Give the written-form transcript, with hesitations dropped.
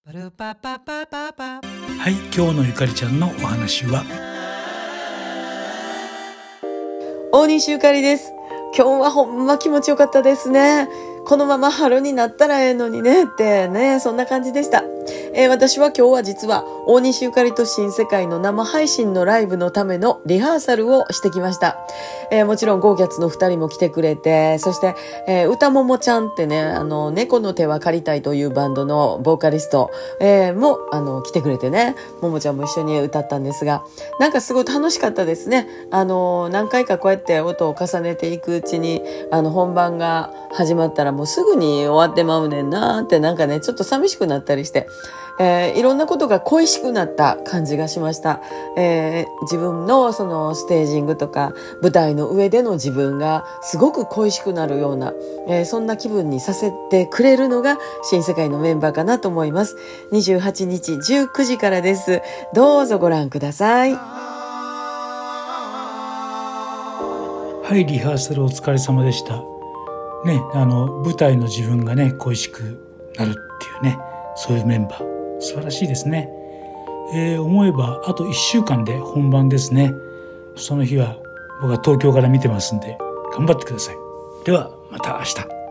はい、今日のゆかりちゃんのお話は大西ゆかりです。今日はほんま気持ちよかったですね。このまま春になったらええのにねってね、そんな感じでした。私は今日は実は大西ゆかりと新世界の生配信のライブのためのリハーサルをしてきました。もちろんゴーキャッツの2人も来てくれて、そして、歌ももちゃんってね、猫の手は借りたいというバンドのボーカリスト、も来てくれてね、ももちゃんも一緒に歌ったんですが、なんかすごい楽しかったですね。何回かこうやって音を重ねていくうちに、本番が始まったらもうすぐに終わってまうねんなーって、なんかねちょっと寂しくなったりして、いろんなことが恋しくなった感じがしました。自分のそのステージングとか舞台の上での自分がすごく恋しくなるような、そんな気分にさせてくれるのが新世界のメンバーかなと思います。28日19時からです。どうぞご覧ください。 はい、リハーサルお疲れ様でしたね。舞台の自分がね恋しくなるっていうね、そういうメンバー素晴らしいですね。思えばあと1週間で本番ですね。その日は僕は東京から見てますんで頑張ってください。ではまた明日。